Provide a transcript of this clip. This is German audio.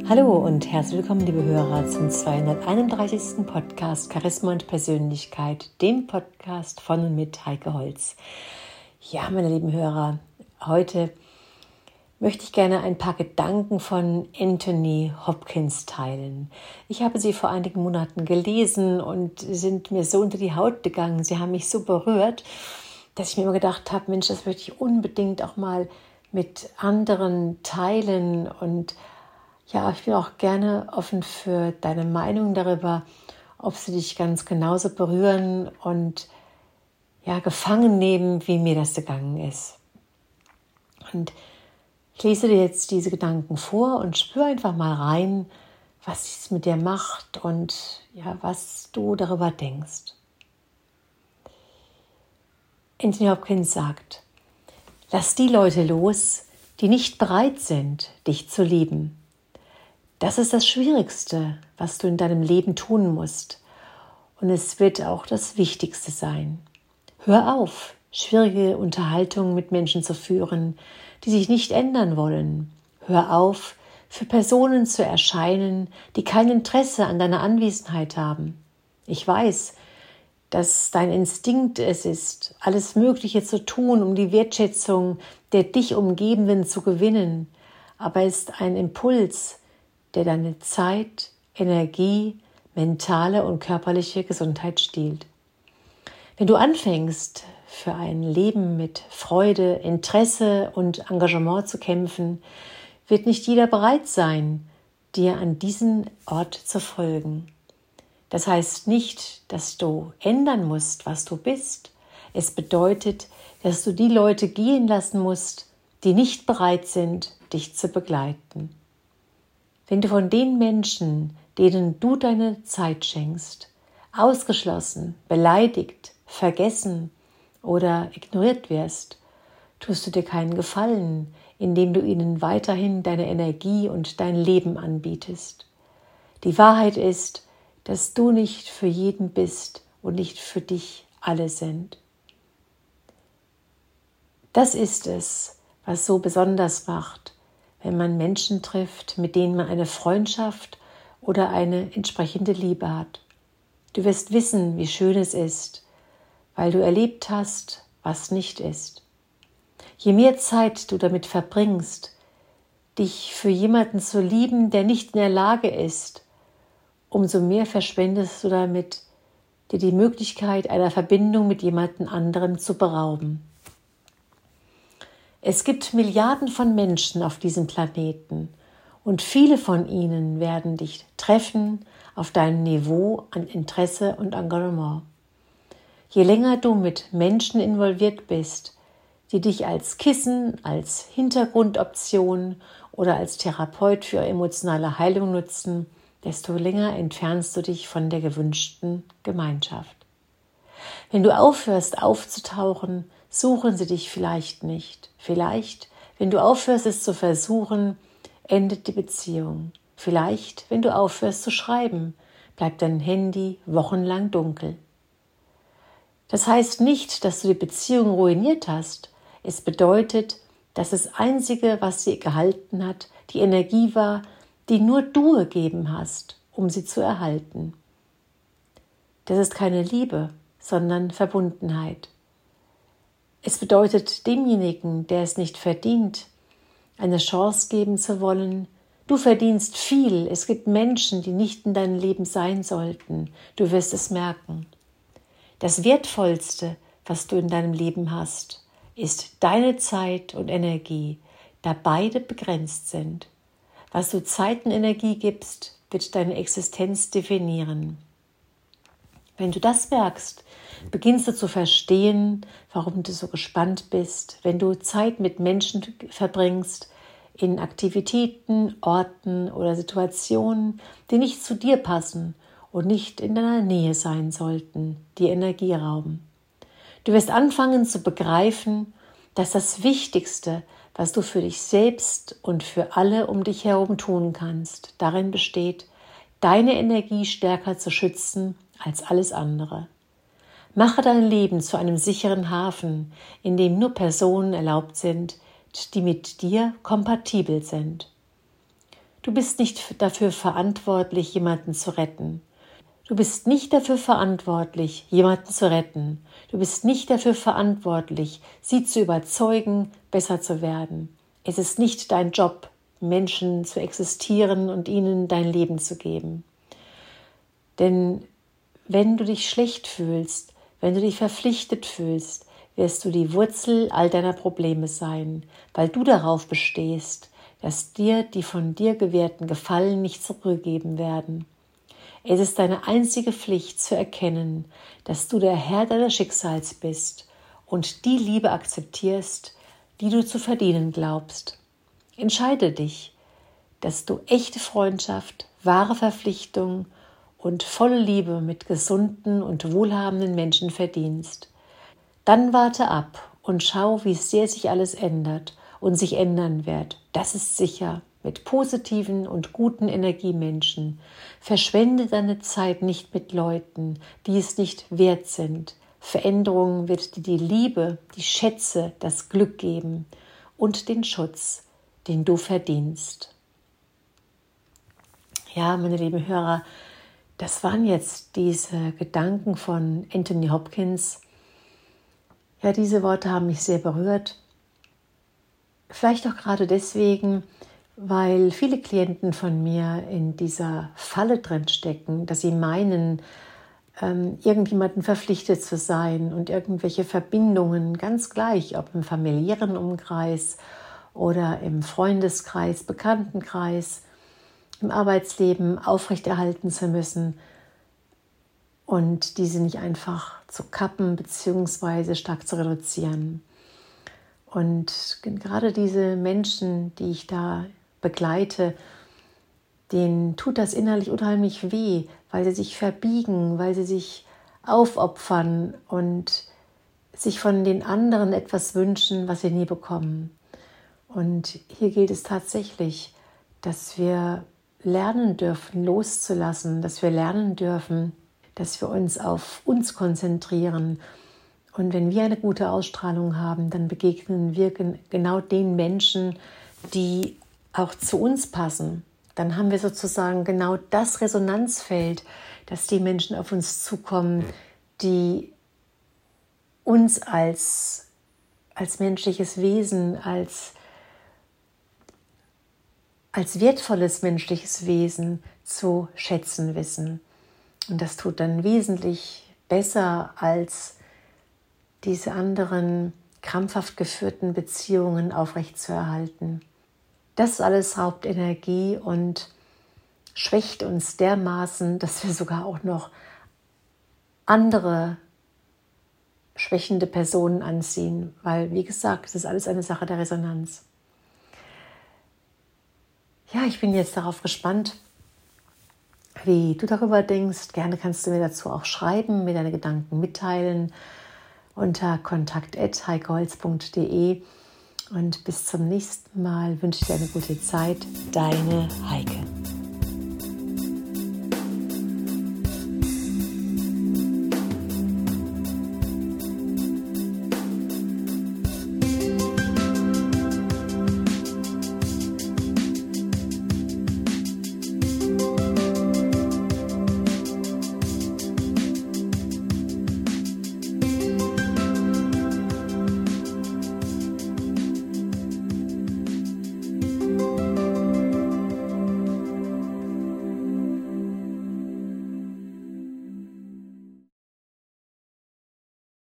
Hallo und herzlich willkommen, liebe Hörer, zum 231. Podcast Charisma und Persönlichkeit, dem Podcast von und mit Heike Holz. Ja, meine lieben Hörer, heute möchte ich gerne ein paar Gedanken von Anthony Hopkins teilen. Ich habe sie vor einigen Monaten gelesen und sind mir so unter die Haut gegangen. Sie haben mich so berührt, dass ich mir immer gedacht habe, Mensch, das möchte ich unbedingt auch mal mit anderen teilen. Und ja, ich bin auch gerne offen für deine Meinung darüber, ob sie dich ganz genauso berühren und ja, gefangen nehmen, wie mir das gegangen ist. Und ich lese dir jetzt diese Gedanken vor und spür einfach mal rein, was es mit dir macht und ja, was du darüber denkst. Anthony Hopkins sagt: Lass die Leute los, die nicht bereit sind, dich zu lieben. Das ist das Schwierigste, was du in deinem Leben tun musst. Und es wird auch das Wichtigste sein. Hör auf, schwierige Unterhaltungen mit Menschen zu führen, die sich nicht ändern wollen. Hör auf, für Personen zu erscheinen, die kein Interesse an deiner Anwesenheit haben. Ich weiß, dass dein Instinkt es ist, alles Mögliche zu tun, um die Wertschätzung der dich Umgebenden zu gewinnen. Aber es ist ein Impuls, der deine Zeit, Energie, mentale und körperliche Gesundheit stiehlt. Wenn du anfängst, für ein Leben mit Freude, Interesse und Engagement zu kämpfen, wird nicht jeder bereit sein, dir an diesen Ort zu folgen. Das heißt nicht, dass du ändern musst, was du bist. Es bedeutet, dass du die Leute gehen lassen musst, die nicht bereit sind, dich zu begleiten. Wenn du von den Menschen, denen du deine Zeit schenkst, ausgeschlossen, beleidigt, vergessen oder ignoriert wirst, tust du dir keinen Gefallen, indem du ihnen weiterhin deine Energie und dein Leben anbietest. Die Wahrheit ist, dass du nicht für jeden bist und nicht für dich alle sind. Das ist es, was so besonders macht, wenn man Menschen trifft, mit denen man eine Freundschaft oder eine entsprechende Liebe hat. Du wirst wissen, wie schön es ist, weil du erlebt hast, was nicht ist. Je mehr Zeit du damit verbringst, dich für jemanden zu lieben, der nicht in der Lage ist, umso mehr verschwendest du damit, dir die Möglichkeit einer Verbindung mit jemandem anderen zu berauben. Es gibt Milliarden von Menschen auf diesem Planeten und viele von ihnen werden dich treffen auf deinem Niveau an Interesse und Engagement. Je länger du mit Menschen involviert bist, die dich als Kissen, als Hintergrundoption oder als Therapeut für emotionale Heilung nutzen, desto länger entfernst du dich von der gewünschten Gemeinschaft. Wenn du aufhörst aufzutauchen, suchen sie dich vielleicht nicht. Vielleicht, wenn du aufhörst, es zu versuchen, endet die Beziehung. Vielleicht, wenn du aufhörst zu schreiben, bleibt dein Handy wochenlang dunkel. Das heißt nicht, dass du die Beziehung ruiniert hast. Es bedeutet, dass das Einzige, was sie gehalten hat, die Energie war, die nur du gegeben hast, um sie zu erhalten. Das ist keine Liebe, sondern Verbundenheit. Es bedeutet demjenigen, der es nicht verdient, eine Chance geben zu wollen. Du verdienst viel. Es gibt Menschen, die nicht in deinem Leben sein sollten. Du wirst es merken. Das Wertvollste, was du in deinem Leben hast, ist deine Zeit und Energie, da beide begrenzt sind. Was du Zeit und Energie gibst, wird deine Existenz definieren. Wenn du das merkst, beginnst du zu verstehen, warum du so gespannt bist, wenn du Zeit mit Menschen verbringst, in Aktivitäten, Orten oder Situationen, die nicht zu dir passen und nicht in deiner Nähe sein sollten, die Energie rauben. Du wirst anfangen zu begreifen, dass das Wichtigste, was du für dich selbst und für alle um dich herum tun kannst, darin besteht, deine Energie stärker zu schützen als alles andere. Mache dein Leben zu einem sicheren Hafen, in dem nur Personen erlaubt sind, die mit dir kompatibel sind. Du bist nicht dafür verantwortlich, jemanden zu retten. Du bist nicht dafür verantwortlich, jemanden zu retten. Du bist nicht dafür verantwortlich, sie zu überzeugen, besser zu werden. Es ist nicht dein Job, Menschen zu existieren und ihnen dein Leben zu geben. Denn wenn du dich schlecht fühlst, wenn du dich verpflichtet fühlst, wirst du die Wurzel all deiner Probleme sein, weil du darauf bestehst, dass dir die von dir gewährten Gefallen nicht zurückgegeben werden. Es ist deine einzige Pflicht zu erkennen, dass du der Herr deines Schicksals bist und die Liebe akzeptierst, die du zu verdienen glaubst. Entscheide dich, dass du echte Freundschaft, wahre Verpflichtung und volle Liebe mit gesunden und wohlhabenden Menschen verdienst. Dann warte ab und schau, wie sehr sich alles ändert und sich ändern wird. Das ist sicher. Mit positiven und guten Energiemenschen. Verschwende deine Zeit nicht mit Leuten, die es nicht wert sind. Veränderung wird dir die Liebe, die Schätze, das Glück geben und den Schutz, den du verdienst. Ja, meine lieben Hörer, das waren jetzt diese Gedanken von Anthony Hopkins. Ja, diese Worte haben mich sehr berührt. Vielleicht auch gerade deswegen, weil viele Klienten von mir in dieser Falle drin stecken, dass sie meinen, irgendjemanden verpflichtet zu sein und irgendwelche Verbindungen, ganz gleich, ob im familiären Umkreis oder im Freundeskreis, Bekanntenkreis, im Arbeitsleben aufrechterhalten zu müssen und diese nicht einfach zu kappen bzw. stark zu reduzieren. Und gerade diese Menschen, die ich da begleite, denen tut das innerlich unheimlich weh, weil sie sich verbiegen, weil sie sich aufopfern und sich von den anderen etwas wünschen, was sie nie bekommen. Und hier gilt es tatsächlich, dass wir lernen dürfen, loszulassen, dass wir lernen dürfen, dass wir uns auf uns konzentrieren. Und wenn wir eine gute Ausstrahlung haben, dann begegnen wir genau den Menschen, die auch zu uns passen. Dann haben wir sozusagen genau das Resonanzfeld, dass die Menschen auf uns zukommen, die uns als menschliches Wesen, als wertvolles menschliches Wesen zu schätzen wissen. Und das tut dann wesentlich besser als diese anderen krampfhaft geführten Beziehungen aufrechtzuerhalten. Das alles raubt Energie und schwächt uns dermaßen, dass wir sogar auch noch andere schwächende Personen anziehen, weil, wie gesagt, es ist alles eine Sache der Resonanz. Ja, ich bin jetzt darauf gespannt, wie du darüber denkst. Gerne kannst du mir dazu auch schreiben, mir deine Gedanken mitteilen unter kontakt@heikeholz.de. Und bis zum nächsten Mal wünsche ich dir eine gute Zeit. Deine Heike.